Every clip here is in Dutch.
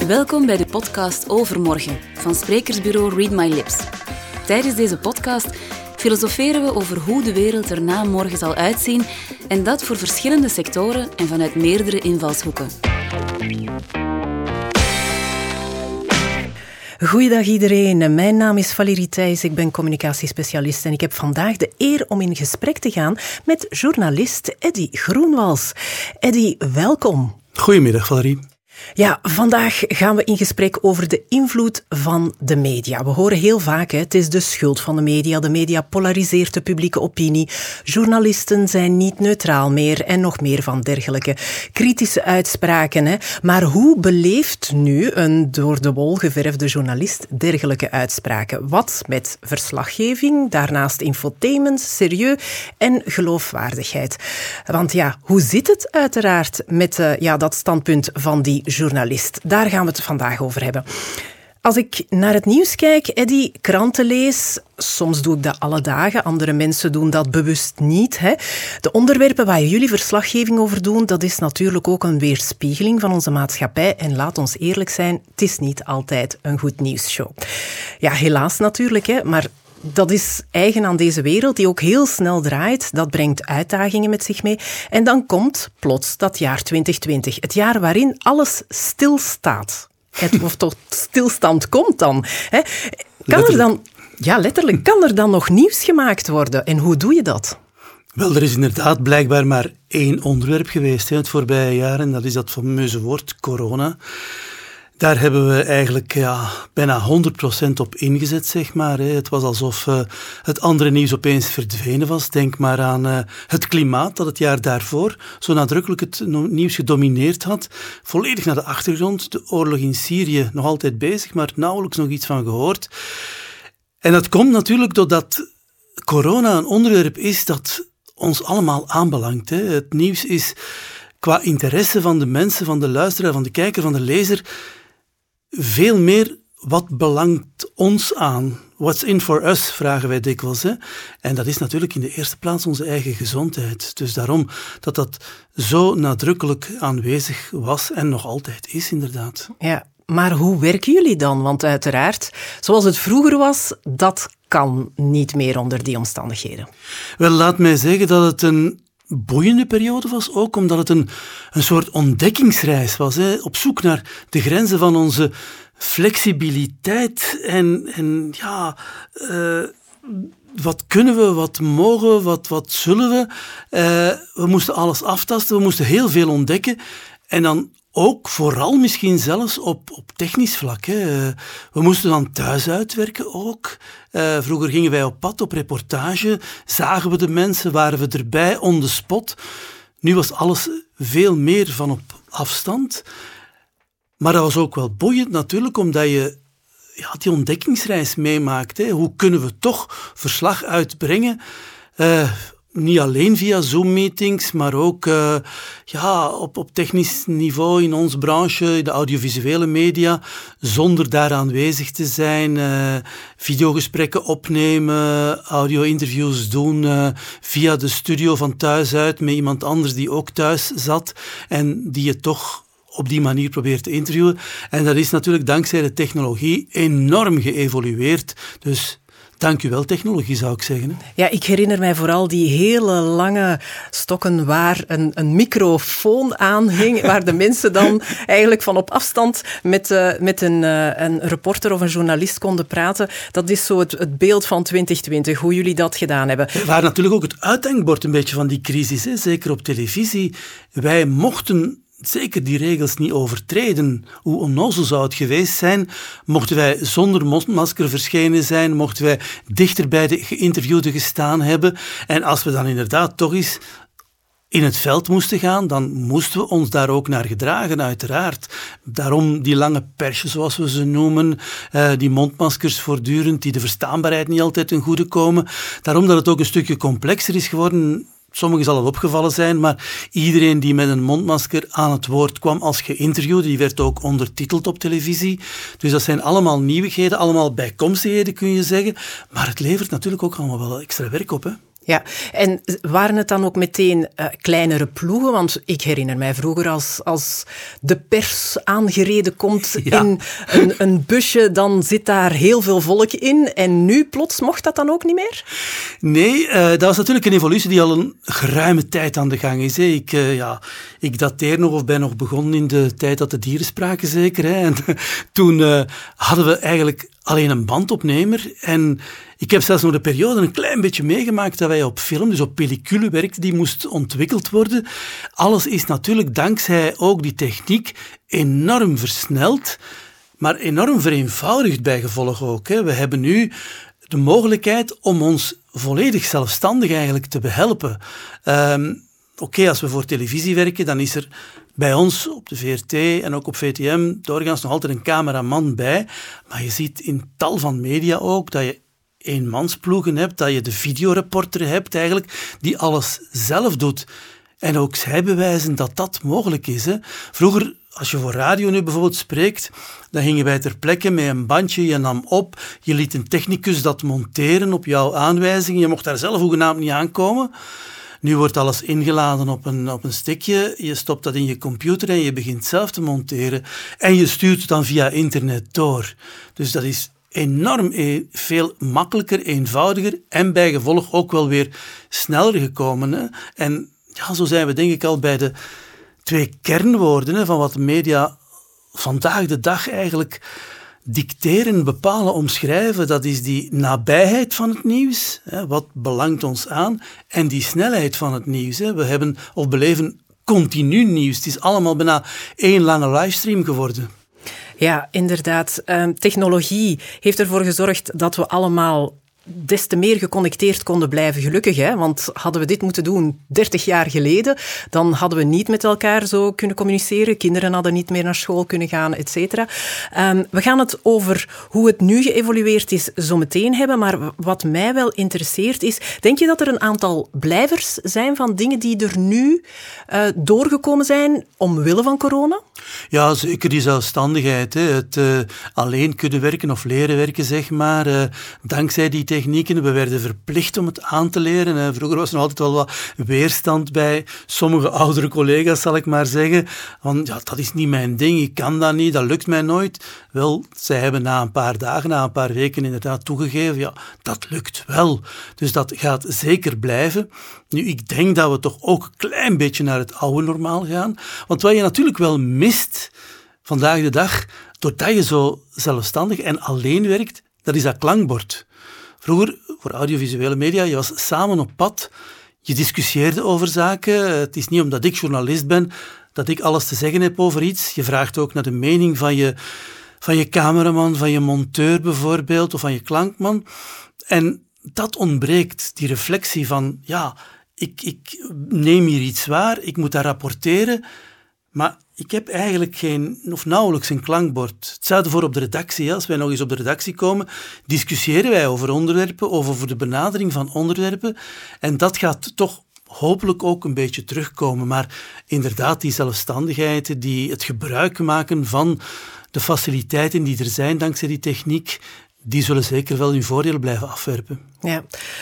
Welkom bij de podcast Overmorgen van sprekersbureau Read My Lips. Tijdens deze podcast filosoferen we over hoe de wereld er na morgen zal uitzien en dat voor verschillende sectoren en vanuit meerdere invalshoeken. Goeiedag iedereen, mijn naam is Valérie Thijs, ik ben communicatiespecialist en ik heb vandaag de eer om in gesprek te gaan met journalist Eddy Groenwals. Eddy, welkom. Goedemiddag Valérie. Ja, vandaag gaan we in gesprek over de invloed van de media. We horen heel vaak, het is de schuld van de media polariseert de publieke opinie, journalisten zijn niet neutraal meer en nog meer van dergelijke kritische uitspraken. Maar hoe beleeft nu een door de wol geverfde journalist dergelijke uitspraken? Wat met verslaggeving, daarnaast infotainment, serieus en geloofwaardigheid? Want ja, hoe zit het uiteraard met dat standpunt van die journalist? Daar gaan we het vandaag over hebben. Als ik naar het nieuws kijk, Eddy, kranten lees, soms doe ik dat alle dagen, andere mensen doen dat bewust niet. De onderwerpen waar jullie verslaggeving over doen, dat is natuurlijk ook een weerspiegeling van onze maatschappij. En laat ons eerlijk zijn, het is niet altijd een goed nieuwsshow. Ja, helaas natuurlijk, maar dat is eigen aan deze wereld, die ook heel snel draait. Dat brengt uitdagingen met zich mee. En dan komt plots dat jaar 2020. Het jaar waarin alles stilstaat. Of tot stilstand komt dan. Kan er dan nog nieuws gemaakt worden? En hoe doe je dat? Wel, er is inderdaad blijkbaar maar één onderwerp geweest het voorbije jaar. En dat is dat fameuze woord corona. Daar hebben we eigenlijk bijna 100% op ingezet, zeg maar. Het was alsof het andere nieuws opeens verdwenen was. Denk maar aan het klimaat dat het jaar daarvoor zo nadrukkelijk het nieuws gedomineerd had. Volledig naar de achtergrond. De oorlog in Syrië nog altijd bezig, maar nauwelijks nog iets van gehoord. En dat komt natuurlijk doordat corona een onderwerp is dat ons allemaal aanbelangt. Het nieuws is qua interesse van de mensen, van de luisteraar, van de kijker, van de lezer, veel meer wat belangt ons aan. What's in for us, vragen wij dikwijls. En dat is natuurlijk in de eerste plaats onze eigen gezondheid. Dus daarom dat zo nadrukkelijk aanwezig was en nog altijd is, inderdaad. Ja, maar hoe werken jullie dan? Want uiteraard, zoals het vroeger was, dat kan niet meer onder die omstandigheden. Wel, laat mij zeggen dat het een boeiende periode was, ook omdat het een soort ontdekkingsreis was. Op zoek naar de grenzen van onze flexibiliteit en wat kunnen we, wat mogen we, wat zullen we. We moesten alles aftasten, we moesten heel veel ontdekken en dan ook vooral misschien zelfs op technisch vlak. We moesten dan thuis uitwerken ook. Vroeger gingen wij op pad, op reportage, zagen we de mensen, waren we erbij, on the spot. Nu was alles veel meer van op afstand. Maar dat was ook wel boeiend natuurlijk, omdat je die ontdekkingsreis meemaakt. Hoe kunnen we toch verslag uitbrengen? Niet alleen via Zoom-meetings, maar ook op technisch niveau in onze branche, de audiovisuele media, zonder daar aanwezig te zijn, videogesprekken opnemen, audio-interviews doen via de studio van thuis uit met iemand anders die ook thuis zat en die je toch op die manier probeert te interviewen. En dat is natuurlijk dankzij de technologie enorm geëvolueerd. Dus dank u wel, technologie, zou ik zeggen. Ja, ik herinner mij vooral die hele lange stokken waar een microfoon aan hing, waar de mensen dan eigenlijk van op afstand met een reporter of een journalist konden praten. Dat is zo het beeld van 2020, hoe jullie dat gedaan hebben. Waar natuurlijk ook het uithangbord een beetje van die crisis, zeker op televisie. Wij mochten zeker die regels niet overtreden. Hoe onnozel zou het geweest zijn, mochten wij zonder mondmasker verschenen zijn, mochten wij dichter bij de geïnterviewden gestaan hebben. En als we dan inderdaad toch eens in het veld moesten gaan, dan moesten we ons daar ook naar gedragen, uiteraard. Daarom die lange persjes, zoals we ze noemen, die mondmaskers voortdurend, die de verstaanbaarheid niet altijd ten goede komen. Daarom dat het ook een stukje complexer is geworden. Sommigen zal het opgevallen zijn, maar iedereen die met een mondmasker aan het woord kwam als geïnterviewde, die werd ook ondertiteld op televisie. Dus dat zijn allemaal nieuwigheden, allemaal bijkomstigheden kun je zeggen. Maar het levert natuurlijk ook allemaal wel extra werk op, hè? Ja, en waren het dan ook meteen kleinere ploegen? Want ik herinner mij vroeger als de pers aangereden komt in een busje, dan zit daar heel veel volk in. En nu plots mocht dat dan ook niet meer? Nee, dat was natuurlijk een evolutie die al een geruime tijd aan de gang is. Hè. Ik dateer nog of ben nog begonnen in de tijd dat de dieren spraken zeker. Hè. En toen hadden we eigenlijk alleen een bandopnemer en ik heb zelfs nog de periode een klein beetje meegemaakt dat wij op film, dus op pellicule werkten, die moest ontwikkeld worden. Alles is natuurlijk dankzij ook die techniek enorm versneld, maar enorm vereenvoudigd bij gevolg ook. Hè. We hebben nu de mogelijkheid om ons volledig zelfstandig eigenlijk te behelpen. Oké, als we voor televisie werken, dan is er bij ons op de VRT en ook op VTM doorgaans nog altijd een cameraman bij. Maar je ziet in tal van media ook dat je eenmansploegen hebt, dat je de videoreporter hebt eigenlijk, die alles zelf doet. En ook zij bewijzen dat dat mogelijk is. Hè. Vroeger, als je voor radio nu bijvoorbeeld spreekt, dan gingen wij ter plekke met een bandje, je nam op, je liet een technicus dat monteren op jouw aanwijzing, je mocht daar zelf hoegenaamd niet aankomen. Nu wordt alles ingeladen op een stickje, je stopt dat in je computer en je begint zelf te monteren. En je stuurt het dan via internet door. Dus dat is enorm veel makkelijker, eenvoudiger en bij gevolg ook wel weer sneller gekomen. Hè? En ja, zo zijn we denk ik al bij de 2 kernwoorden hè, van wat de media vandaag de dag eigenlijk dicteren, bepalen, omschrijven. Dat is die nabijheid van het nieuws, hè, wat belangt ons aan, en die snelheid van het nieuws. Hè. We hebben of beleven continu nieuws. Het is allemaal bijna 1 lange livestream geworden. Ja, inderdaad. Technologie heeft ervoor gezorgd dat we allemaal des te meer geconnecteerd konden blijven, gelukkig. Hè? Want hadden we dit moeten doen 30 jaar geleden, dan hadden we niet met elkaar zo kunnen communiceren. Kinderen hadden niet meer naar school kunnen gaan, et cetera. We gaan het over hoe het nu geëvolueerd is zo meteen hebben, maar wat mij wel interesseert is, denk je dat er een aantal blijvers zijn van dingen die er nu doorgekomen zijn omwille van corona? Ja, zeker die zelfstandigheid. Hè. Het alleen kunnen werken of leren werken, zeg maar. Dankzij die technieken. We werden verplicht om het aan te leren. Vroeger was er nog altijd wel wat weerstand bij sommige oudere collega's, zal ik maar zeggen. Want ja, dat is niet mijn ding, ik kan dat niet, dat lukt mij nooit. Wel, zij hebben na een paar dagen, na een paar weken inderdaad toegegeven, ja, dat lukt wel. Dus dat gaat zeker blijven. Nu, ik denk dat we toch ook een klein beetje naar het oude normaal gaan. Want wat je natuurlijk wel mist vandaag de dag, doordat je zo zelfstandig en alleen werkt, dat is dat klankbord. Vroeger, voor audiovisuele media, je was samen op pad, je discussieerde over zaken. Het is niet omdat ik journalist ben dat ik alles te zeggen heb over iets. Je vraagt ook naar de mening van je cameraman, van je monteur bijvoorbeeld, of van je klankman. En dat ontbreekt, die reflectie van, ja, ik neem hier iets waar, ik moet dat rapporteren, maar ik heb eigenlijk geen, of nauwelijks een klankbord. Hetzelfde voor op de redactie. Als wij nog eens op de redactie komen, discussiëren wij over onderwerpen, of over de benadering van onderwerpen. En dat gaat toch hopelijk ook een beetje terugkomen. Maar inderdaad, die zelfstandigheid, het gebruik maken van de faciliteiten die er zijn dankzij die techniek, die zullen zeker wel hun voordeel blijven afwerpen. Ja.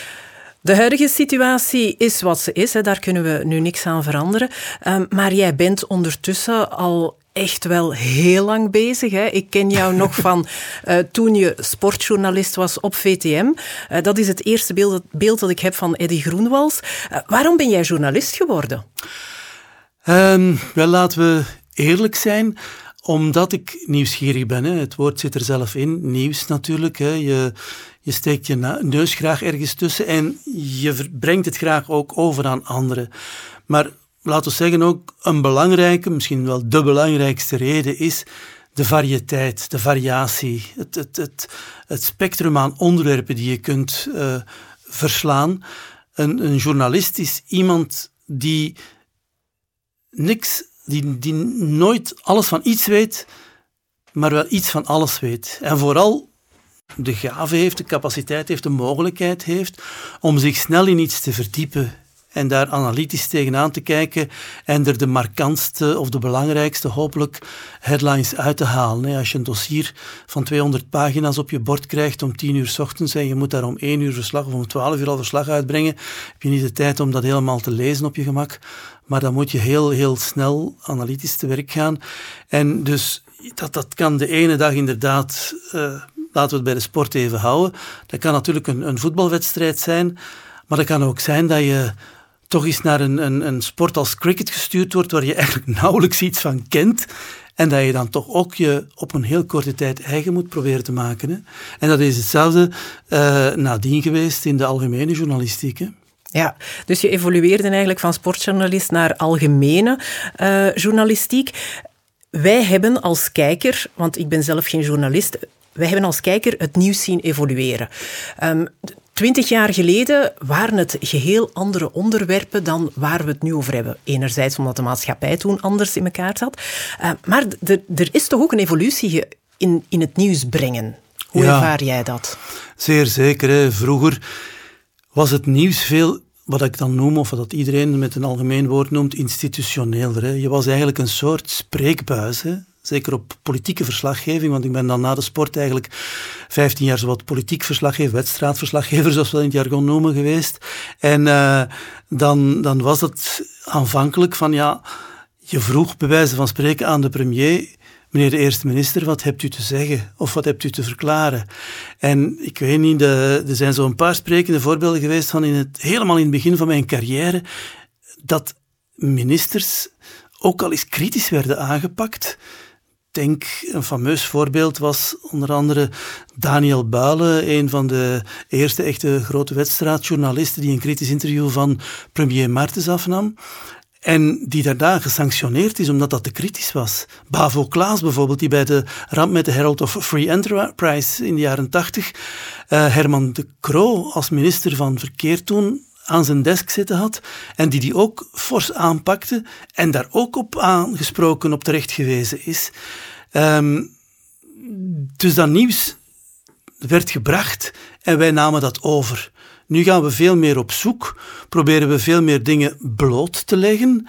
De huidige situatie is wat ze is, hè. Daar kunnen we nu niks aan veranderen. Maar jij bent ondertussen al echt wel heel lang bezig. Hè. Ik ken jou nog van toen je sportjournalist was op VTM. Dat is het eerste beeld dat ik heb van Eddy Groenewals. Waarom ben jij journalist geworden? Wel, laten we eerlijk zijn. Omdat ik nieuwsgierig ben. Hè. Het woord zit er zelf in. Nieuws natuurlijk. Hè. Je steekt je neus graag ergens tussen en je brengt het graag ook over aan anderen. Maar laten we zeggen ook een belangrijke, misschien wel de belangrijkste reden is de variëteit, de variatie. Het spectrum aan onderwerpen die je kunt verslaan. Een journalist is iemand die die nooit alles van iets weet, maar wel iets van alles weet. En vooral de gave heeft, de capaciteit heeft, de mogelijkheid heeft om zich snel in iets te verdiepen. en daar analytisch tegenaan te kijken en er de markantste of de belangrijkste hopelijk headlines uit te halen. Als je een dossier van 200 pagina's op je bord krijgt om 10 uur 's ochtends en je moet daar om 1 uur verslag of om 12 uur al verslag uitbrengen, heb je niet de tijd om dat helemaal te lezen op je gemak. Maar dan moet je heel, heel snel analytisch te werk gaan. En dus dat kan de ene dag inderdaad, laten we het bij de sport even houden, dat kan natuurlijk een voetbalwedstrijd zijn, maar dat kan ook zijn dat je toch eens naar een sport als cricket gestuurd wordt, waar je eigenlijk nauwelijks iets van kent, en dat je dan toch ook je op een heel korte tijd eigen moet proberen te maken. Hè. En dat is hetzelfde nadien geweest in de algemene journalistiek. Hè. Ja, dus je evolueerde eigenlijk van sportjournalist naar algemene journalistiek. Wij hebben als kijker, want ik ben zelf geen journalist, wij hebben als kijker het nieuws zien evolueren. 20 jaar geleden waren het geheel andere onderwerpen dan waar we het nu over hebben. Enerzijds omdat de maatschappij toen anders in elkaar zat. Maar er is toch ook een evolutie in het nieuws brengen. Hoe ervaar jij dat? Zeer zeker. Hè. Vroeger was het nieuws veel, wat ik dan noem, of wat iedereen met een algemeen woord noemt, institutioneeler. Hè. Je was eigenlijk een soort spreekbuis, hè. Zeker op politieke verslaggeving, want ik ben dan na de sport eigenlijk 15 jaar zowat politiek verslaggever, wedstrijdverslaggever, zoals we dat in het jargon noemen, geweest. En dan was het aanvankelijk van, je vroeg bij wijze van spreken aan de premier: meneer de eerste minister, wat hebt u te zeggen? Of wat hebt u te verklaren? En ik weet niet, er zijn zo'n paar sprekende voorbeelden geweest van helemaal in het begin van mijn carrière, dat ministers ook al eens kritisch werden aangepakt. Denk, een fameus voorbeeld was onder andere Daniel Buijlen, een van de eerste echte grote wedstrijdjournalisten die een kritisch interview van premier Martens afnam. En die daarna gesanctioneerd is omdat dat te kritisch was. Bavo Klaas bijvoorbeeld, die bij de ramp met de Herald of Free Enterprise in de jaren 80 Herman de Croo als minister van Verkeer toen aan zijn desk zitten had en die ook fors aanpakte en daar ook op aangesproken, op terecht gewezen is. Dus dat nieuws werd gebracht en wij namen dat over. Nu gaan we veel meer op zoek, proberen we veel meer dingen bloot te leggen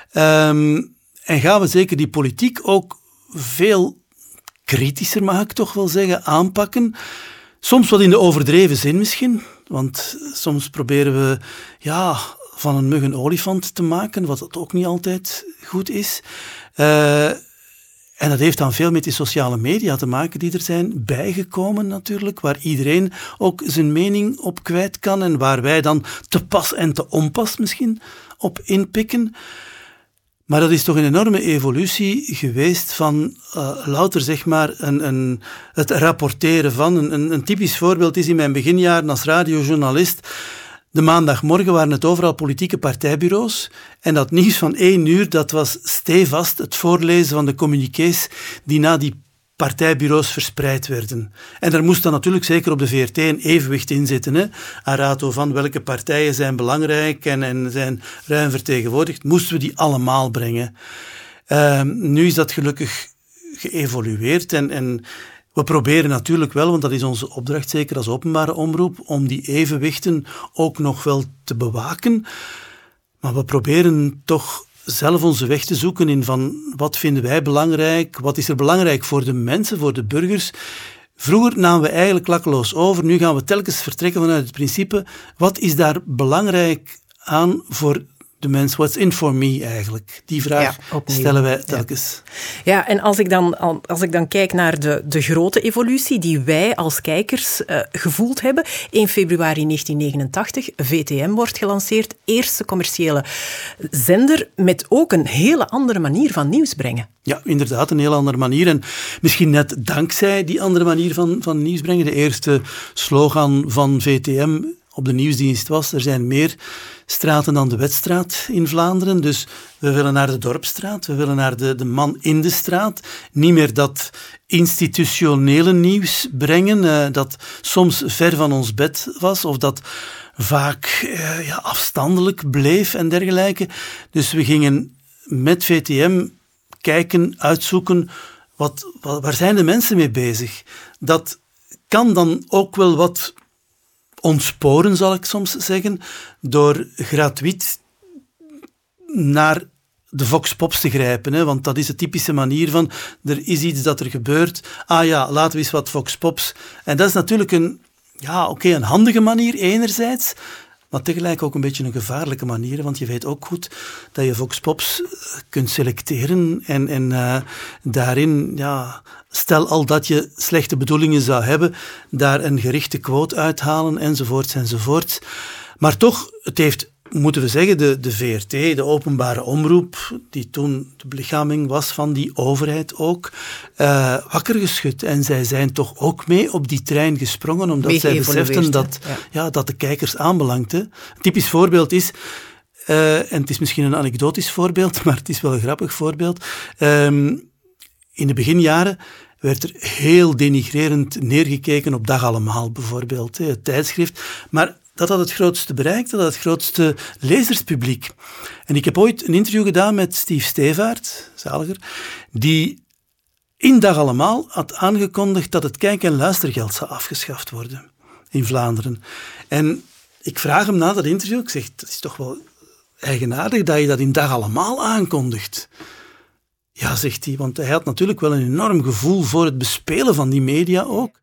en gaan we zeker die politiek ook veel kritischer, mag ik toch wel zeggen, aanpakken. Soms wat in de overdreven zin misschien, want soms proberen we van een mug een olifant te maken, wat ook niet altijd goed is. En dat heeft dan veel met die sociale media te maken die er zijn bijgekomen natuurlijk, waar iedereen ook zijn mening op kwijt kan en waar wij dan te pas en te onpas misschien op inpikken. Maar dat is toch een enorme evolutie geweest van louter zeg maar het rapporteren van. Een typisch voorbeeld is in mijn beginjaren als radiojournalist. De maandagmorgen waren het overal politieke partijbureaus en dat nieuws van 1 uur, dat was stevast het voorlezen van de communiqués die na die partijbureaus verspreid werden. En daar moest dan natuurlijk zeker op de VRT een evenwicht in zitten. Hè? Arato van welke partijen zijn belangrijk en zijn ruim vertegenwoordigd, moesten we die allemaal brengen. Nu is dat gelukkig geëvolueerd en we proberen natuurlijk wel, want dat is onze opdracht zeker als openbare omroep, om die evenwichten ook nog wel te bewaken. Maar we proberen toch zelf onze weg te zoeken in van wat vinden wij belangrijk, wat is er belangrijk voor de mensen, voor de burgers. Vroeger namen we eigenlijk klakkeloos over, nu gaan we telkens vertrekken vanuit het principe, wat is daar belangrijk aan voor de mens, what's in for me eigenlijk? Die vraag stellen wij telkens. Ja, en als ik dan kijk naar de grote evolutie die wij als kijkers gevoeld hebben. 1 februari 1989, VTM wordt gelanceerd. Eerste commerciële zender met ook een hele andere manier van nieuws brengen. Ja, inderdaad, een heel andere manier. En misschien net dankzij die andere manier van nieuws brengen. De eerste slogan van VTM op de nieuwsdienst was: er zijn meer straten dan de Wetstraat in Vlaanderen. Dus we willen naar de Dorpsstraat, we willen naar de man in de straat. Niet meer dat institutionele nieuws brengen, dat soms ver van ons bed was, of dat vaak afstandelijk bleef en dergelijke. Dus we gingen met VTM kijken, uitzoeken, waar zijn de mensen mee bezig? Dat kan dan ook wel wat ontsporen, zal ik soms zeggen, door gratuit naar de vox pops te grijpen, hè? Want dat is de typische manier van, er is iets dat er gebeurt, laten we eens wat vox pops. En dat is natuurlijk een handige manier enerzijds, maar tegelijk ook een beetje een gevaarlijke manier, want je weet ook goed dat je vox pops kunt selecteren en daarin, stel al dat je slechte bedoelingen zou hebben, daar een gerichte quote uithalen, enzovoort. Maar toch, het heeft, moeten we zeggen, de VRT, de openbare omroep, die toen de belichaming was van die overheid ook, wakker geschud. En zij zijn toch ook mee op die trein gesprongen, omdat zij beseften dat de kijkers aanbelangt. Hè. Een typisch voorbeeld is, en het is misschien een anekdotisch voorbeeld, maar het is wel een grappig voorbeeld. In de beginjaren werd er heel denigrerend neergekeken op Dag Allemaal bijvoorbeeld, het tijdschrift. Maar dat had het grootste bereik, dat had het grootste lezerspubliek. En ik heb ooit een interview gedaan met Steve Stevaert, zaliger, die in Dag Allemaal had aangekondigd dat het kijk- en luistergeld zou afgeschaft worden in Vlaanderen. En ik vraag hem na dat interview, ik zeg, dat is toch wel eigenaardig dat je dat in Dag Allemaal aankondigt. Ja, zegt hij, want hij had natuurlijk wel een enorm gevoel voor het bespelen van die media ook.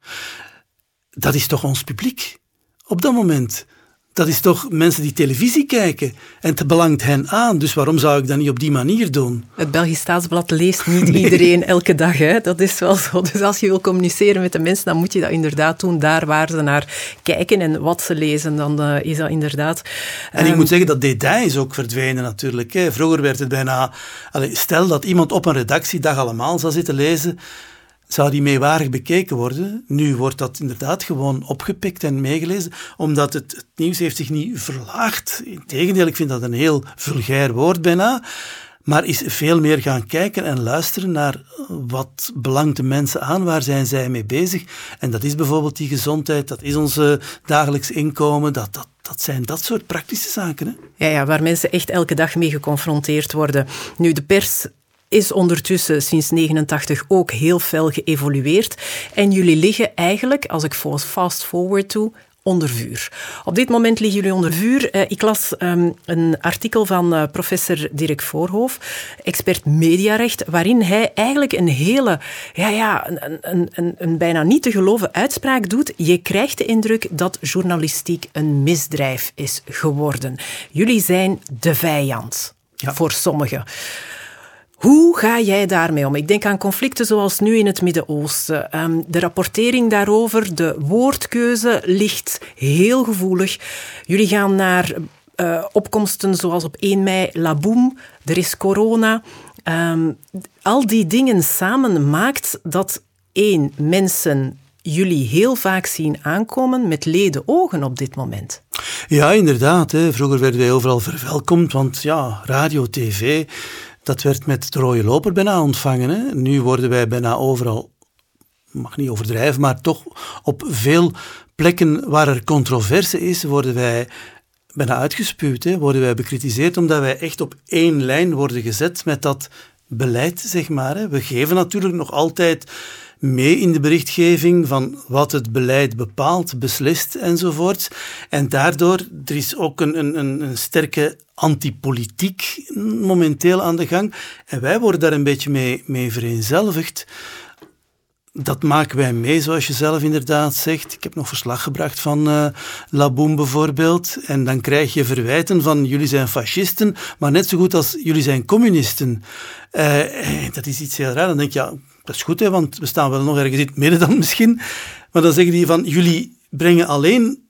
Dat is toch ons publiek? Op dat moment. Dat is toch mensen die televisie kijken. En het belangt hen aan. Dus waarom zou ik dat niet op die manier doen? Het Belgisch Staatsblad leest niet iedereen elke dag. Hè? Dat is wel zo. Dus als je wil communiceren met de mensen, dan moet je dat inderdaad doen. Daar waar ze naar kijken en wat ze lezen, dan is dat inderdaad... En ik moet zeggen, dat detail is ook verdwenen natuurlijk. Hè. Vroeger werd het bijna... stel dat iemand op een redactie Dag Allemaal zou zitten lezen, zou die meewarig bekeken worden. Nu wordt dat inderdaad gewoon opgepikt en meegelezen, omdat het nieuws heeft zich niet verlaagd. Integendeel, ik vind dat een heel vulgair woord bijna, maar is veel meer gaan kijken en luisteren naar wat belangt de mensen aan, waar zijn zij mee bezig. En dat is bijvoorbeeld die gezondheid, dat is ons dagelijks inkomen, dat zijn dat soort praktische zaken. Hè? Ja, waar mensen echt elke dag mee geconfronteerd worden. Nu, de pers is ondertussen sinds 1989 ook heel fel geëvolueerd. En jullie liggen eigenlijk, als ik fast forward doe, onder vuur. Op dit moment liggen jullie onder vuur. Ik las een artikel van professor Dirk Voorhoof, expert mediarecht, waarin hij eigenlijk een hele, een bijna niet te geloven uitspraak doet. Je krijgt de indruk dat journalistiek een misdrijf is geworden. Jullie zijn de vijand voor sommigen. Hoe ga jij daarmee om? Ik denk aan conflicten zoals nu in het Midden-Oosten. De rapportering daarover, de woordkeuze ligt heel gevoelig. Jullie gaan naar opkomsten zoals op 1 mei Laboom, er is corona. Al die dingen samen maakt dat mensen jullie heel vaak zien aankomen met lede ogen op dit moment. Ja, inderdaad. Hè. Vroeger werden wij overal verwelkomd, want radio, tv, dat werd met de rode loper bijna ontvangen. Hè. Nu worden wij bijna overal, mag niet overdrijven, maar toch op veel plekken waar er controverse is, worden wij bijna uitgespuwd. Hè. Worden wij bekritiseerd omdat wij echt op één lijn worden gezet met dat beleid, zeg maar. Hè. We geven natuurlijk nog altijd mee in de berichtgeving van wat het beleid bepaalt, beslist enzovoort. En daardoor, er is ook een sterke antipolitiek momenteel aan de gang. En wij worden daar een beetje mee vereenzelvigd. Dat maken wij mee, zoals je zelf inderdaad zegt. Ik heb nog verslag gebracht van Laboom bijvoorbeeld. En dan krijg je verwijten van jullie zijn fascisten, maar net zo goed als jullie zijn communisten. Dat is iets heel raar. Dan denk je, dat is goed, hè, want we staan wel nog ergens in het midden dan misschien. Maar dan zeggen die van, jullie brengen alleen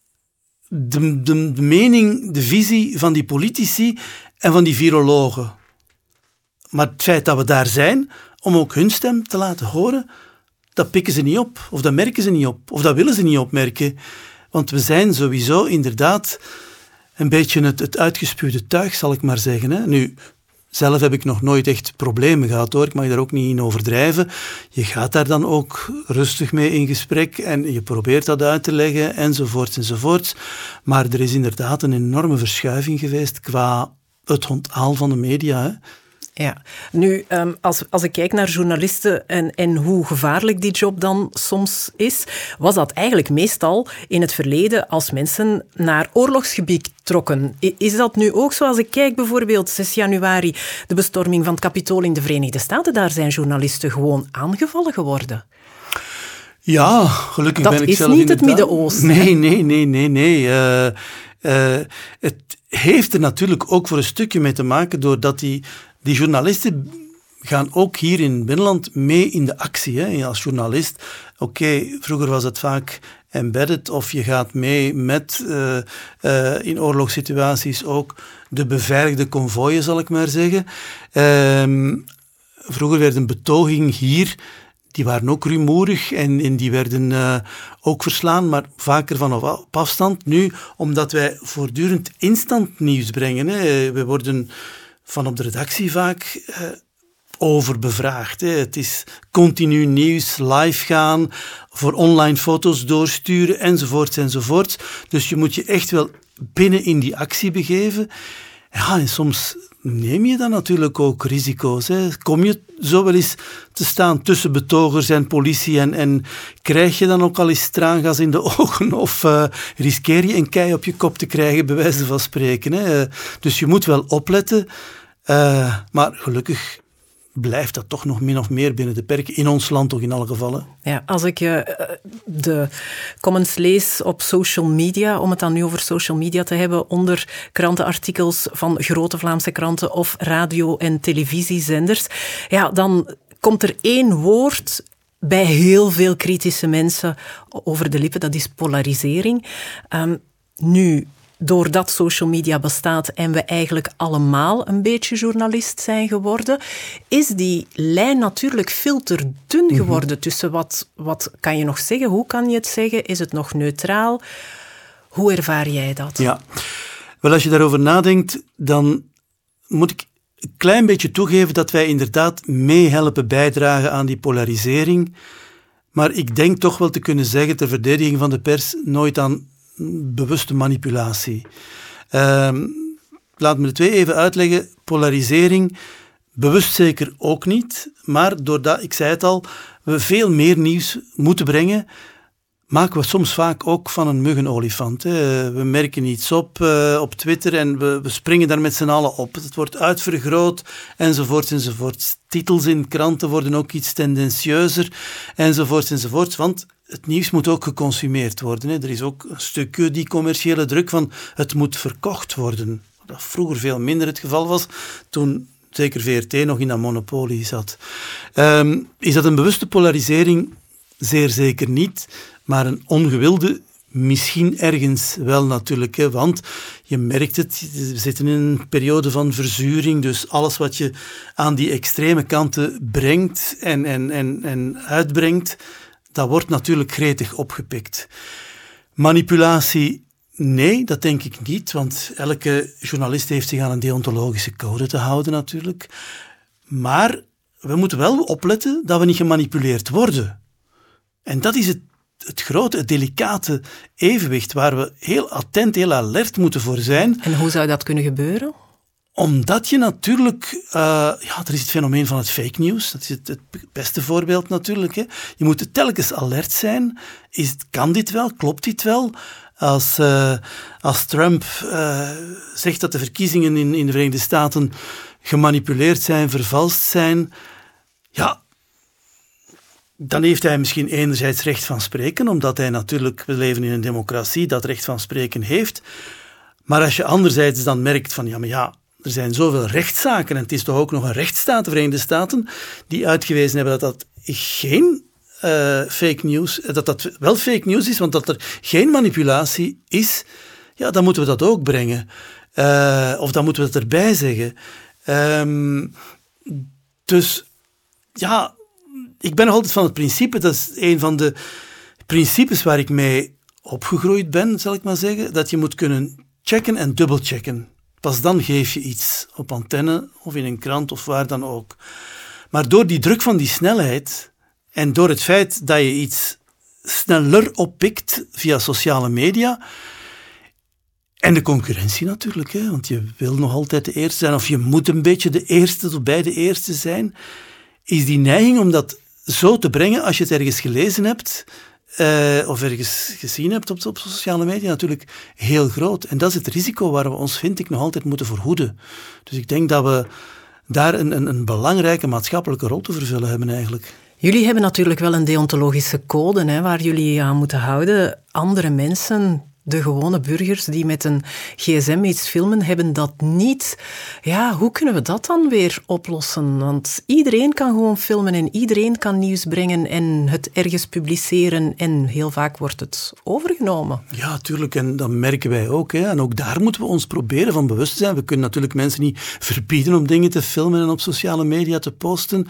de mening, de visie van die politici en van die virologen. Maar het feit dat we daar zijn, om ook hun stem te laten horen, dat pikken ze niet op, of dat merken ze niet op, of dat willen ze niet opmerken. Want we zijn sowieso inderdaad een beetje het uitgespuwde tuig, zal ik maar zeggen. Hè. Nu, zelf heb ik nog nooit echt problemen gehad, hoor. Ik mag daar ook niet in overdrijven. Je gaat daar dan ook rustig mee in gesprek en je probeert dat uit te leggen, enzovoorts. Maar er is inderdaad een enorme verschuiving geweest qua het onthaal van de media. Hè. Ja, nu, als ik kijk naar journalisten en hoe gevaarlijk die job dan soms is, was dat eigenlijk meestal in het verleden als mensen naar oorlogsgebied trokken. Is dat nu ook zo? Als ik kijk bijvoorbeeld 6 januari, de bestorming van het Capitool in de Verenigde Staten, daar zijn journalisten gewoon aangevallen geworden. Ja, gelukkig dat ben ik is zelf niet inderdaad... het Midden-Oosten. Nee. Het heeft er natuurlijk ook voor een stukje mee te maken doordat die journalisten gaan ook hier in het binnenland mee in de actie. Hè. Als journalist, vroeger was het vaak embedded of je gaat mee met in oorlogssituaties ook de beveiligde konvooien, zal ik maar zeggen. Vroeger werd een betoging hier, die waren ook rumoerig en die werden ook verslaan, maar vaker van op afstand. Nu, omdat wij voortdurend instant nieuws brengen, hè, we worden van op de redactie vaak overbevraagd. Hè. Het is continu nieuws, live gaan, voor online foto's doorsturen, enzovoort. Dus je moet je echt wel binnen in die actie begeven. Ja, en soms neem je dan natuurlijk ook risico's. Hè. Kom je zo wel eens te staan tussen betogers en politie en krijg je dan ook al eens traangas in de ogen of riskeer je een kei op je kop te krijgen, bij wijze van spreken. Hè. Dus je moet wel opletten, maar gelukkig blijft dat toch nog min of meer binnen de perken, in ons land toch in alle gevallen. Ja, als ik de comments lees op social media, om het dan nu over social media te hebben, onder krantenartikels van grote Vlaamse kranten of radio- en televisiezenders, ja, dan komt er 1 woord bij heel veel kritische mensen over de lippen, dat is polarisering. Nu, doordat social media bestaat en we eigenlijk allemaal een beetje journalist zijn geworden, is die lijn natuurlijk filterdun geworden tussen wat kan je nog zeggen, hoe kan je het zeggen, is het nog neutraal? Hoe ervaar jij dat? Ja, wel als je daarover nadenkt, dan moet ik een klein beetje toegeven dat wij inderdaad meehelpen bijdragen aan die polarisering, maar ik denk toch wel te kunnen zeggen, ter verdediging van de pers, nooit aan bewuste manipulatie. Laat me de 2 even uitleggen. Polarisering, bewust zeker ook niet, maar doordat, ik zei het al, we veel meer nieuws moeten brengen, maken we soms vaak ook van een mug een olifant. Hè. We merken iets op Twitter en we springen daar met z'n allen op. Het wordt uitvergroot, enzovoort. Titels in kranten worden ook iets tendentieuzer, enzovoort. Want het nieuws moet ook geconsumeerd worden. Hè. Er is ook een stukje die commerciële druk van het moet verkocht worden. Dat vroeger veel minder het geval was, toen zeker VRT nog in dat monopolie zat. Is dat een bewuste polarisering? Zeer zeker niet, maar een ongewilde misschien ergens wel natuurlijk, hè, want je merkt het, we zitten in een periode van verzuring, dus alles wat je aan die extreme kanten brengt en uitbrengt, dat wordt natuurlijk gretig opgepikt. Manipulatie, nee, dat denk ik niet, want elke journalist heeft zich aan een deontologische code te houden natuurlijk. Maar we moeten wel opletten dat we niet gemanipuleerd worden. En dat is het grote, het delicate evenwicht waar we heel attent, heel alert moeten voor zijn. En hoe zou dat kunnen gebeuren? Omdat je natuurlijk... er is het fenomeen van het fake news. Dat is het beste voorbeeld natuurlijk. Hè. Je moet telkens alert zijn. Kan dit wel? Klopt dit wel? Als Trump zegt dat de verkiezingen in de Verenigde Staten gemanipuleerd zijn, vervalst zijn... Ja, dan heeft hij misschien enerzijds recht van spreken, omdat hij natuurlijk, we leven in een democratie, dat recht van spreken heeft. Maar als je anderzijds dan merkt van, er zijn zoveel rechtszaken en het is toch ook nog een rechtsstaat, de Verenigde Staten, die uitgewezen hebben dat geen fake news, dat wel fake news is, want dat er geen manipulatie is, ja, dan moeten we dat ook brengen. Of dan moeten we dat erbij zeggen. Dus, ja... Ik ben nog altijd van het principe, dat is een van de principes waar ik mee opgegroeid ben, zal ik maar zeggen, dat je moet kunnen checken en dubbelchecken. Pas dan geef je iets op antenne of in een krant of waar dan ook. Maar door die druk van die snelheid en door het feit dat je iets sneller oppikt via sociale media, En de concurrentie natuurlijk, hè, want je wil nog altijd de eerste zijn, of je moet een beetje de eerste tot bij de eerste zijn, is die neiging om dat zo te brengen, als je het ergens gelezen hebt, of ergens gezien hebt op sociale media, natuurlijk heel groot. En dat is het risico waar we ons, vind ik, nog altijd moeten verhoeden. Dus ik denk dat we daar een belangrijke maatschappelijke rol te vervullen hebben eigenlijk. Jullie hebben natuurlijk wel een deontologische code waar jullie aan moeten houden. Andere mensen, de gewone burgers die met een gsm iets filmen, hebben dat niet. Ja, hoe kunnen we dat dan weer oplossen? Want iedereen kan gewoon filmen en iedereen kan nieuws brengen en het ergens publiceren en heel vaak wordt het overgenomen. Ja, tuurlijk, en dat merken wij ook. Hè. En ook daar moeten we ons proberen van bewust te zijn. We kunnen natuurlijk mensen niet verbieden om dingen te filmen en op sociale media te posten.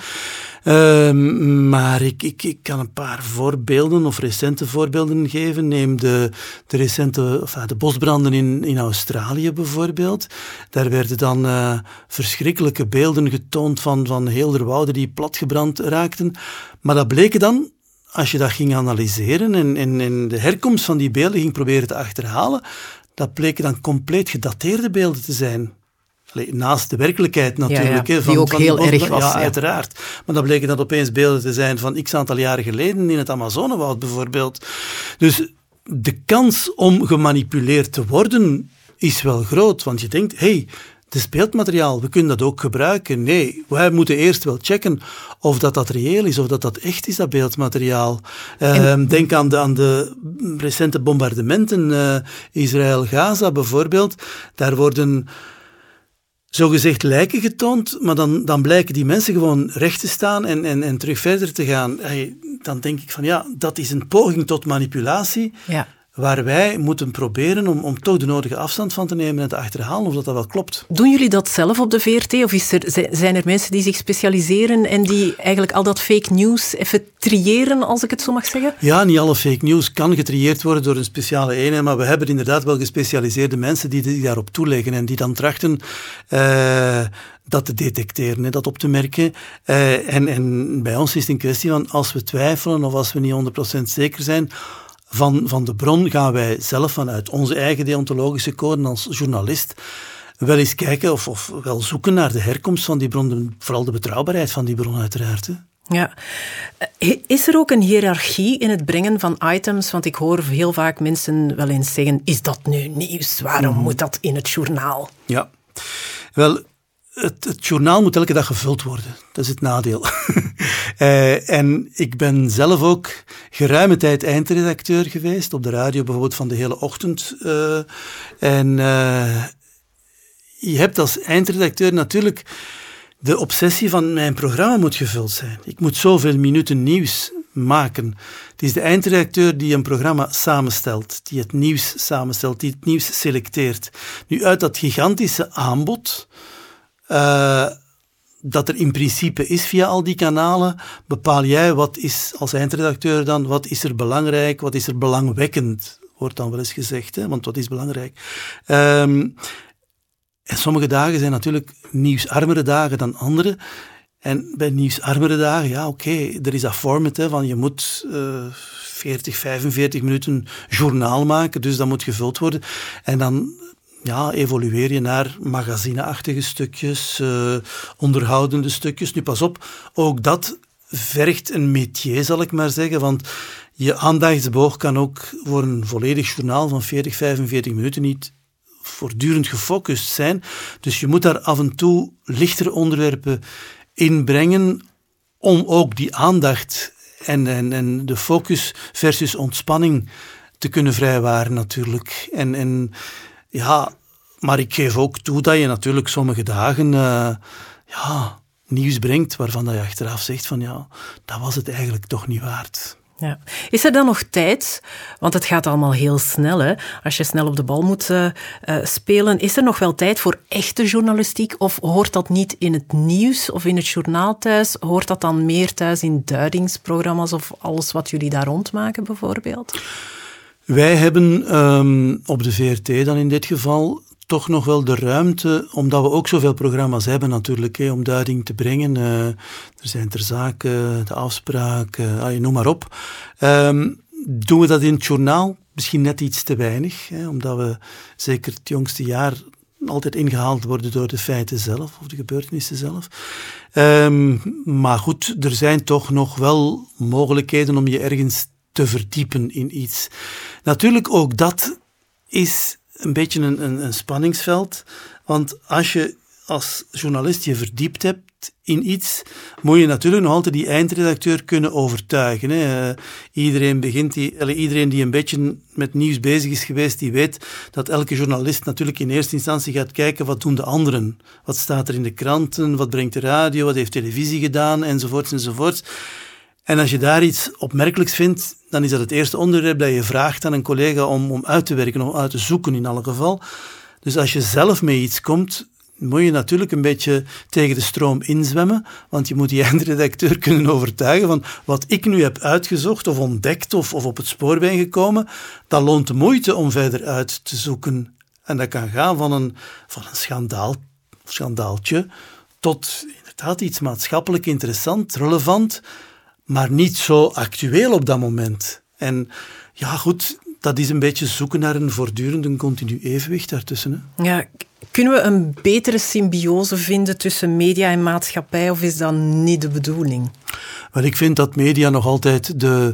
Maar ik kan een paar voorbeelden of recente voorbeelden geven. Neem de bosbranden in Australië bijvoorbeeld. Daar werden dan verschrikkelijke beelden getoond van heel de wouden die platgebrand raakten. Maar dat bleken dan, als je dat ging analyseren en de herkomst van die beelden ging proberen te achterhalen, dat bleken dan compleet gedateerde beelden te zijn. Naast de werkelijkheid natuurlijk. Ja, die ook heel erg was. Ja, uiteraard. Maar dan bleken dat opeens beelden te zijn van x aantal jaren geleden in het Amazonewoud bijvoorbeeld. Dus de kans om gemanipuleerd te worden is wel groot. Want je denkt, het is beeldmateriaal, we kunnen dat ook gebruiken. Nee, wij moeten eerst wel checken of dat reëel is, of dat echt is, dat beeldmateriaal. Denk aan de recente bombardementen, Israël-Gaza bijvoorbeeld. Daar worden zogezegd lijken getoond, maar dan blijken die mensen gewoon recht te staan en terug verder te gaan. Dan denk ik van dat is een poging tot manipulatie, waar wij moeten proberen om toch de nodige afstand van te nemen en te achterhalen of dat wel klopt. Doen jullie dat zelf op de VRT? Of zijn er mensen die zich specialiseren en die eigenlijk al dat fake news even triëren, als ik het zo mag zeggen? Ja, niet alle fake news kan getrieerd worden door een speciale eenheid, maar we hebben inderdaad wel gespecialiseerde mensen die daarop toeleggen en die dan trachten dat te detecteren, dat op te merken. En bij ons is het een kwestie van, als we twijfelen of als we niet 100% zeker zijn van de bron, gaan wij zelf vanuit onze eigen deontologische code als journalist wel eens kijken of wel zoeken naar de herkomst van die bron, vooral de betrouwbaarheid van die bron uiteraard. Hè. Ja. Is er ook een hiërarchie in het brengen van items? Want ik hoor heel vaak mensen wel eens zeggen, is dat nu nieuws? Waarom moet dat in het journaal? Ja, wel, het journaal moet elke dag gevuld worden. Dat is het nadeel. En ik ben zelf ook geruime tijd eindredacteur geweest, op de radio bijvoorbeeld van de hele ochtend. Je hebt als eindredacteur natuurlijk de obsessie van mijn programma moet gevuld zijn. Ik moet zoveel minuten nieuws maken. Het is de eindredacteur die een programma samenstelt, die het nieuws samenstelt, die het nieuws selecteert. Nu, uit dat gigantische aanbod dat er in principe is via al die kanalen, bepaal jij wat is als eindredacteur dan, wat is er belangrijk, wat is er belangwekkend, wordt dan wel eens gezegd, hè? Want wat is belangrijk? En sommige dagen zijn natuurlijk nieuwsarmere dagen dan andere. En bij nieuwsarmere dagen, er is dat format van je moet 40, 45 minuten journaal maken, dus dat moet gevuld worden. En dan evolueer je naar magazineachtige stukjes, onderhoudende stukjes. Nu pas op, ook dat vergt een métier, zal ik maar zeggen, want je aandachtsboog kan ook voor een volledig journaal van 40, 45 minuten niet voortdurend gefocust zijn. Dus je moet daar af en toe lichtere onderwerpen inbrengen om ook die aandacht en de focus versus ontspanning te kunnen vrijwaren natuurlijk. Maar ik geef ook toe dat je natuurlijk sommige dagen nieuws brengt waarvan dat je achteraf zegt van dat was het eigenlijk toch niet waard. Ja. Is er dan nog tijd, want het gaat allemaal heel snel, hè? Als je snel op de bal moet spelen, is er nog wel tijd voor echte journalistiek of hoort dat niet in het nieuws of in het journaal thuis? Hoort dat dan meer thuis in duidingsprogramma's of alles wat jullie daar rondmaken bijvoorbeeld? Wij hebben op de VRT dan in dit geval toch nog wel de ruimte, omdat we ook zoveel programma's hebben natuurlijk, om duiding te brengen. Er zijn ter zake, de afspraak, noem maar op. doen we dat in het journaal misschien net iets te weinig, omdat we zeker het jongste jaar altijd ingehaald worden door de feiten zelf of de gebeurtenissen zelf. Maar goed, er zijn toch nog wel mogelijkheden om je ergens te verdiepen in iets. Natuurlijk, ook dat is een beetje een spanningsveld, want als je als journalist je verdiept hebt in iets, moet je natuurlijk nog altijd die eindredacteur kunnen overtuigen. Iedereen die een beetje met nieuws bezig is geweest, die weet dat elke journalist natuurlijk in eerste instantie gaat kijken wat doen de anderen. Wat staat er in de kranten, wat brengt de radio, wat heeft televisie gedaan, enzovoorts, enzovoorts. En als je daar iets opmerkelijks vindt, dan is dat het eerste onderwerp dat je vraagt aan een collega om uit te werken, om uit te zoeken in alle geval. Dus als je zelf met iets komt, moet je natuurlijk een beetje tegen de stroom inzwemmen, want je moet die eindredacteur kunnen overtuigen van wat ik nu heb uitgezocht of ontdekt of op het spoor ben gekomen, dat loont de moeite om verder uit te zoeken. En dat kan gaan van een schandaaltje tot inderdaad iets maatschappelijk interessant, relevant, maar niet zo actueel op dat moment. En ja, goed, dat is een beetje zoeken naar een voortdurend, een continu evenwicht daartussen. Hè? Ja, kunnen we een betere symbiose vinden tussen media en maatschappij, of is dat niet de bedoeling? Wel, ik vind dat media nog altijd de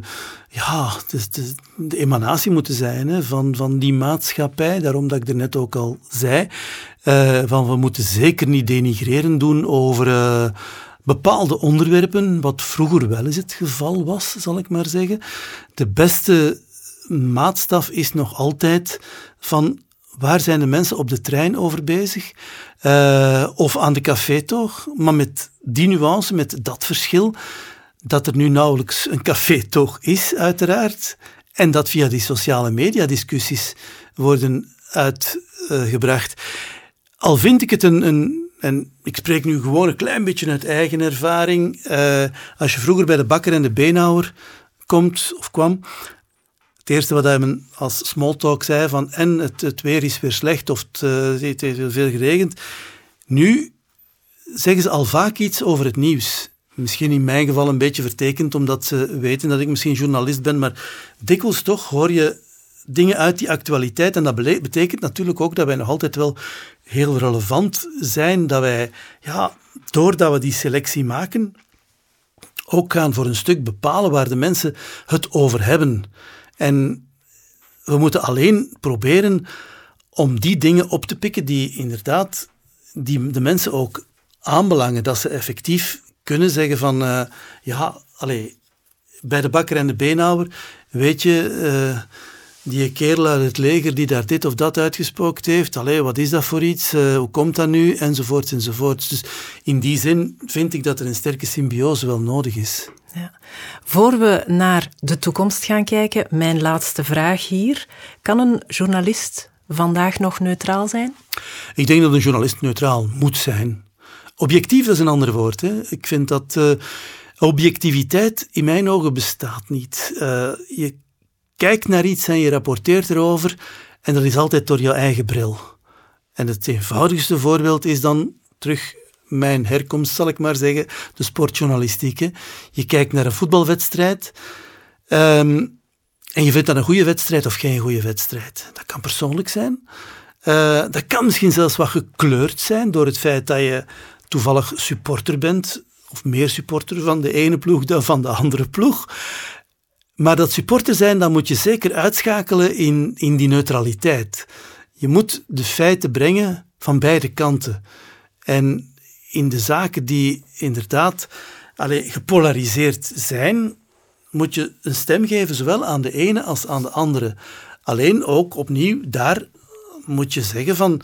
emanatie moeten zijn van die maatschappij. Daarom dat ik er net ook al zei, we moeten zeker niet denigreren doen over bepaalde onderwerpen, wat vroeger wel eens het geval was, zal ik maar zeggen. De beste maatstaf is nog altijd van waar zijn de mensen op de trein over bezig, of aan de cafétoog, maar met die nuance, met dat verschil, dat er nu nauwelijks een cafétoog is, uiteraard, en dat via die sociale media discussies worden uitgebracht. Al vind ik het en ik spreek nu gewoon een klein beetje uit eigen ervaring, als je vroeger bij de bakker en de beenhouwer kwam, het eerste wat hij me als smalltalk zei van en het weer is weer slecht of het heeft veel geregend. Nu zeggen ze al vaak iets over het nieuws. Misschien in mijn geval een beetje vertekend, omdat ze weten dat ik misschien journalist ben, maar dikwijls toch hoor je dingen uit die actualiteit en dat betekent natuurlijk ook dat wij nog altijd wel heel relevant zijn, dat wij, doordat we die selectie maken, ook gaan voor een stuk bepalen waar de mensen het over hebben. En we moeten alleen proberen om die dingen op te pikken die inderdaad de mensen ook aanbelangen. Dat ze effectief kunnen zeggen van, bij de bakker en de beenhouwer, weet je, die kerel uit het leger die daar dit of dat uitgespookt heeft, wat is dat voor iets, hoe komt dat nu, enzovoorts, enzovoorts. Dus in die zin vind ik dat er een sterke symbiose wel nodig is. Ja. Voor we naar de toekomst gaan kijken, mijn laatste vraag hier. Kan een journalist vandaag nog neutraal zijn? Ik denk dat een journalist neutraal moet zijn. Objectief is een ander woord. Hè. Ik vind dat objectiviteit in mijn ogen bestaat niet. Je kijkt naar iets en je rapporteert erover en dat is altijd door jouw eigen bril. En het eenvoudigste voorbeeld is dan terug mijn herkomst, zal ik maar zeggen, de sportjournalistiek. Hè. Je kijkt naar een voetbalwedstrijd en je vindt dat een goede wedstrijd of geen goede wedstrijd. Dat kan persoonlijk zijn. Dat kan misschien zelfs wat gekleurd zijn door het feit dat je toevallig supporter bent, of meer supporter van de ene ploeg dan van de andere ploeg. Maar dat supporter zijn, dan moet je zeker uitschakelen in die neutraliteit. Je moet de feiten brengen van beide kanten. En in de zaken die inderdaad gepolariseerd zijn, moet je een stem geven, zowel aan de ene als aan de andere. Alleen ook opnieuw, daar moet je zeggen van,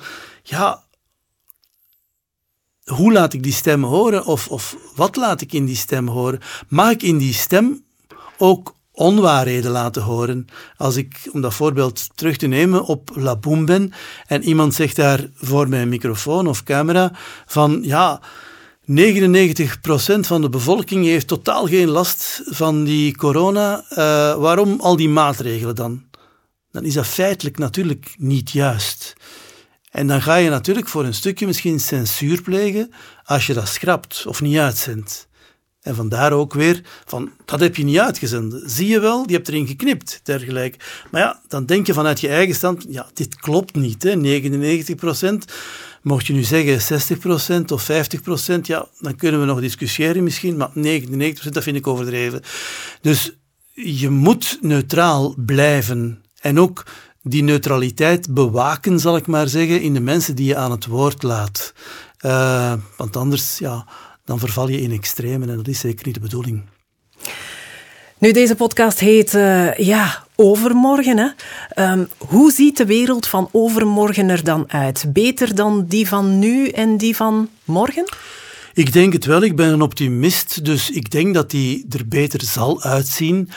hoe laat ik die stem horen? Of wat laat ik in die stem horen? Mag ik in die stem ook onwaarheden laten horen? Als ik, om dat voorbeeld terug te nemen, op La Boom ben en iemand zegt daar voor mijn microfoon of camera van 99% van de bevolking heeft totaal geen last van die corona. Waarom al die maatregelen dan? Dan is dat feitelijk natuurlijk niet juist. En dan ga je natuurlijk voor een stukje misschien censuur plegen als je dat schrapt of niet uitzendt. En vandaar ook weer van, dat heb je niet uitgezonden. Zie je wel, je hebt erin geknipt, dergelijke. Maar ja, dan denk je vanuit je eigen stand, ja, dit klopt niet, hè, 99%. Mocht je nu zeggen 60% of 50%, ja, dan kunnen we nog discussiëren misschien, maar 99%, dat vind ik overdreven. Dus je moet neutraal blijven en ook die neutraliteit bewaken, zal ik maar zeggen, in de mensen die je aan het woord laat. Want anders, ja, dan verval je in extremen en dat is zeker niet de bedoeling. Nu, deze podcast heet Overmorgen. Hè? Hoe ziet de wereld van overmorgen er dan uit? Beter dan die van nu en die van morgen? Ik denk het wel. Ik ben een optimist, dus ik denk dat die er beter zal uitzien.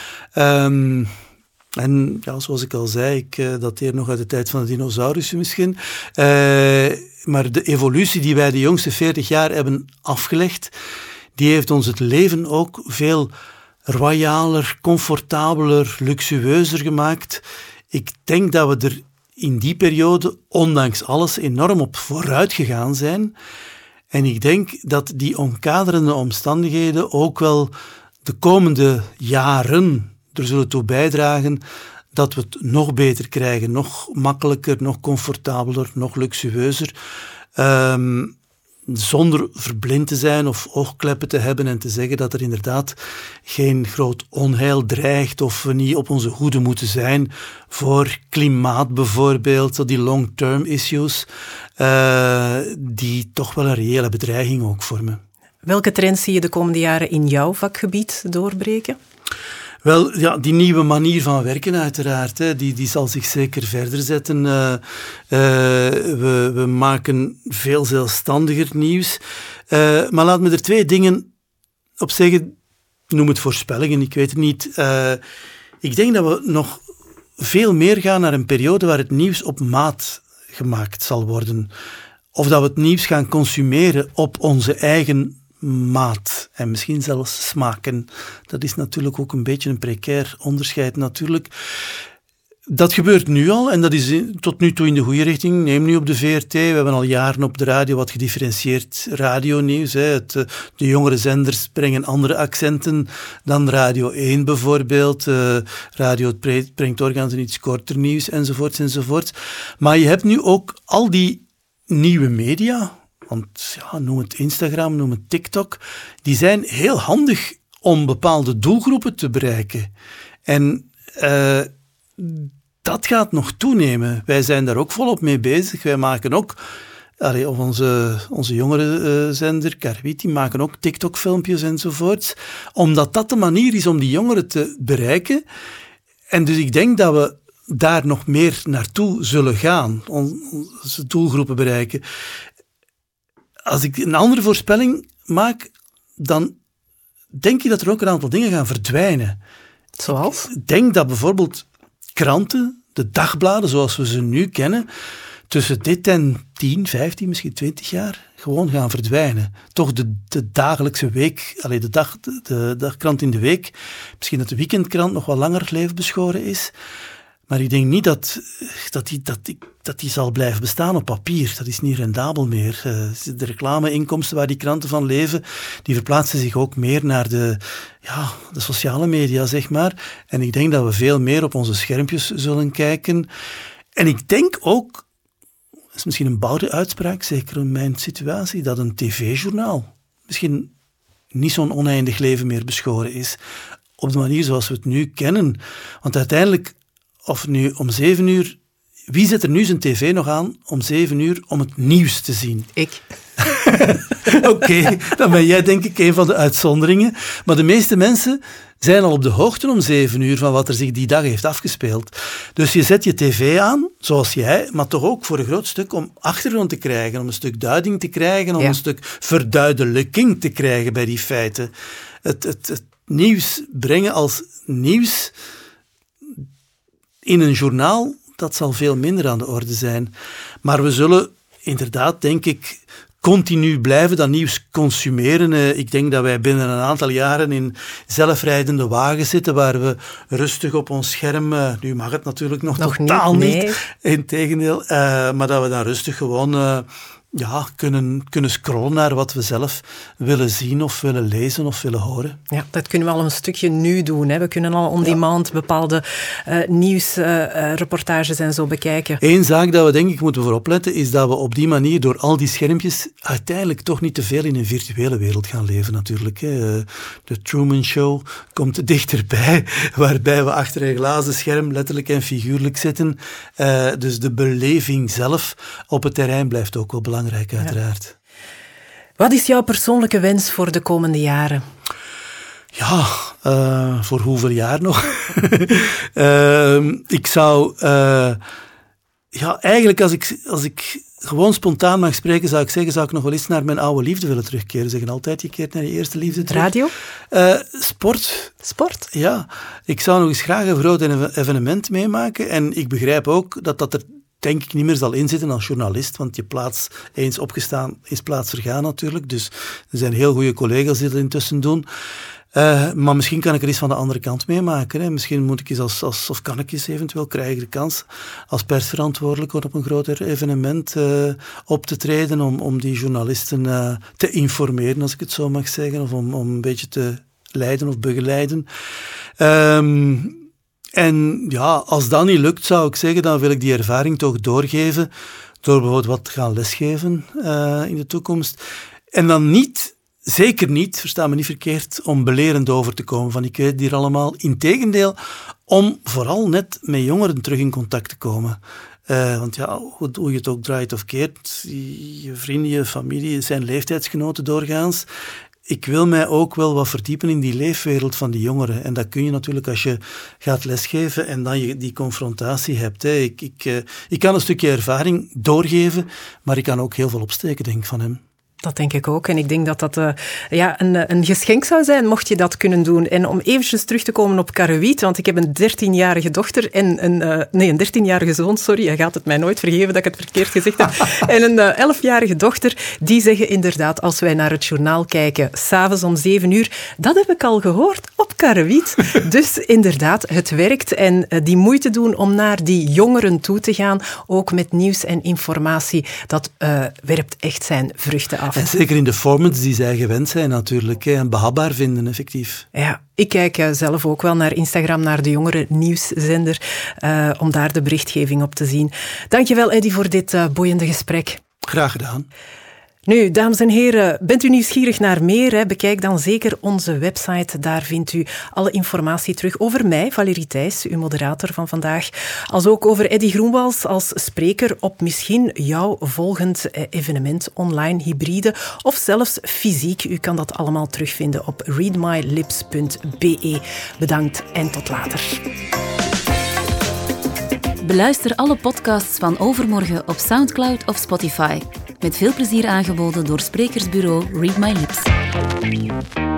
En ja, zoals ik al zei, ik dateer nog uit de tijd van de dinosaurussen misschien. Maar de evolutie die wij de jongste 40 jaar hebben afgelegd, die heeft ons het leven ook veel royaler, comfortabeler, luxueuzer gemaakt. Ik denk dat we er in die periode, ondanks alles, enorm op vooruit gegaan zijn. En ik denk dat die omkaderende omstandigheden ook wel de komende jaren er zullen toe bijdragen dat we het nog beter krijgen, nog makkelijker, nog comfortabeler, nog luxueuzer. Zonder verblind te zijn of oogkleppen te hebben en te zeggen dat er inderdaad geen groot onheil dreigt of we niet op onze hoede moeten zijn voor klimaat bijvoorbeeld, zo die long-term issues, die toch wel een reële bedreiging ook vormen. Welke trends zie je de komende jaren in jouw vakgebied doorbreken? Wel, ja, die nieuwe manier van werken uiteraard, hè, die zal zich zeker verder zetten. We maken veel zelfstandiger nieuws. Maar laat me er 2 dingen op zeggen. Noem het voorspellingen, ik weet het niet. Ik denk dat we nog veel meer gaan naar een periode waar het nieuws op maat gemaakt zal worden. Of dat we het nieuws gaan consumeren op onze eigen maat en misschien zelfs smaken. Dat is natuurlijk ook een beetje een precair onderscheid natuurlijk. Dat gebeurt nu al en dat is tot nu toe in de goede richting. Neem nu op de VRT, we hebben al jaren op de radio wat gedifferentieerd radionieuws. De jongere zenders brengen andere accenten dan Radio 1 bijvoorbeeld. Radio brengt doorgaans een iets korter nieuws enzovoort. Maar je hebt nu ook al die nieuwe media, want ja, noem het Instagram, noem het TikTok, die zijn heel handig om bepaalde doelgroepen te bereiken. En dat gaat nog toenemen. Wij zijn daar ook volop mee bezig. Wij maken ook, onze jongere zender, Karwit, die maken ook TikTok-filmpjes enzovoorts, omdat dat de manier is om die jongeren te bereiken. En dus ik denk dat we daar nog meer naartoe zullen gaan, onze doelgroepen bereiken. Als ik een andere voorspelling maak, dan denk ik dat er ook een aantal dingen gaan verdwijnen. Zoals? Ik denk dat bijvoorbeeld kranten, de dagbladen zoals we ze nu kennen, tussen dit en 10, 15, misschien 20 jaar gewoon gaan verdwijnen. Toch de dagelijkse week, de dagkrant in de week, misschien dat de weekendkrant nog wat langer levensbeschoren is. Maar ik denk niet dat die zal blijven bestaan op papier. Dat is niet rendabel meer. De reclameinkomsten waar die kranten van leven, die verplaatsen zich ook meer naar de sociale media, zeg maar. En ik denk dat we veel meer op onze schermpjes zullen kijken. En ik denk ook, dat is misschien een boude uitspraak, zeker in mijn situatie, dat een tv-journaal misschien niet zo'n oneindig leven meer beschoren is. Op de manier zoals we het nu kennen. Want uiteindelijk, of nu om 7 uur... Wie zet er nu zijn tv nog aan om 7 uur om het nieuws te zien? Ik. Oké, dan ben jij denk ik een van de uitzonderingen. Maar de meeste mensen zijn al op de hoogte om 7 uur van wat er zich die dag heeft afgespeeld. Dus je zet je tv aan, zoals jij, maar toch ook voor een groot stuk om achtergrond te krijgen, om een stuk duiding te krijgen, om een stuk verduidelijking te krijgen bij die feiten. Het nieuws brengen als nieuws in een journaal, dat zal veel minder aan de orde zijn. Maar we zullen inderdaad, denk ik, continu blijven dat nieuws consumeren. Ik denk dat wij binnen een aantal jaren in zelfrijdende wagens zitten, waar we rustig op ons scherm, nu mag het natuurlijk nog totaal niet, integendeel, maar dat we dan rustig gewoon kunnen scrollen naar wat we zelf willen zien of willen lezen of willen horen. Ja, dat kunnen we al een stukje nu doen. Hè. We kunnen al on-demand bepaalde nieuwsreportages en zo bekijken. Eén zaak dat we denk ik moeten voor opletten is dat we op die manier door al die schermpjes uiteindelijk toch niet te veel in een virtuele wereld gaan leven natuurlijk. Hè. De Truman Show komt dichterbij, waarbij we achter een glazen scherm letterlijk en figuurlijk zitten. Dus de beleving zelf op het terrein blijft ook wel belangrijk, uiteraard. Ja. Wat is jouw persoonlijke wens voor de komende jaren? Ja, voor hoeveel jaar nog? Ik zou... eigenlijk als ik gewoon spontaan mag spreken, zou ik nog wel eens naar mijn oude liefde willen terugkeren. Zeggen altijd, je keert naar je eerste liefde terug. Radio? Sport. Sport? Ja, ik zou nog eens graag een groot evenement meemaken. En ik begrijp ook dat er denk ik niet meer zal inzitten als journalist, want je plaats eens opgestaan is plaats vergaan natuurlijk. Dus er zijn heel goede collega's die dat intussen doen. Maar misschien kan ik er eens van de andere kant meemaken. Hè. Misschien moet ik eens of kan ik eens eventueel krijgen de kans als persverantwoordelijke op een groter evenement op te treden om die journalisten te informeren, als ik het zo mag zeggen, of om een beetje te leiden of begeleiden. En ja, als dat niet lukt, zou ik zeggen, dan wil ik die ervaring toch doorgeven, door bijvoorbeeld wat te gaan lesgeven in de toekomst. En dan zeker niet, versta me niet verkeerd, om belerend over te komen van ik weet het hier allemaal. Integendeel, om vooral net met jongeren terug in contact te komen. Want ja, hoe je het ook draait of keert, je vrienden, je familie, zijn leeftijdsgenoten doorgaans. Ik wil mij ook wel wat verdiepen in die leefwereld van die jongeren. En dat kun je natuurlijk als je gaat lesgeven en dan je die confrontatie hebt. Hè. Ik kan een stukje ervaring doorgeven, maar ik kan ook heel veel opsteken, denk ik, van hem. Dat denk ik ook. En ik denk dat dat een geschenk zou zijn, mocht je dat kunnen doen. En om eventjes terug te komen op Karuit, want ik heb een 13-jarige dochter en een 13-jarige zoon, sorry, hij gaat het mij nooit vergeven dat ik het verkeerd gezegd heb, en een 11-jarige dochter, die zeggen inderdaad, als wij naar het journaal kijken, 's avonds om 7 uur, dat heb ik al gehoord op Karuit. Dus inderdaad, het werkt. En die moeite doen om naar die jongeren toe te gaan, ook met nieuws en informatie, dat werpt echt zijn vruchten af. En zeker in de formats die zij gewend zijn natuurlijk, en behapbaar vinden, effectief. Ja, ik kijk zelf ook wel naar Instagram, naar de jongere nieuwszender, om daar de berichtgeving op te zien. Dankjewel, Eddy, voor dit boeiende gesprek. Graag gedaan. Nu, dames en heren, bent u nieuwsgierig naar meer? Hè? Bekijk dan zeker onze website. Daar vindt u alle informatie terug over mij, Valérie Thijs, uw moderator van vandaag. Als ook over Eddy Groenwals als spreker op misschien jouw volgend evenement, online, hybride of zelfs fysiek. U kan dat allemaal terugvinden op readmylips.be. Bedankt en tot later. Beluister alle podcasts van Overmorgen op Soundcloud of Spotify. Met veel plezier aangeboden door sprekersbureau Read My Lips.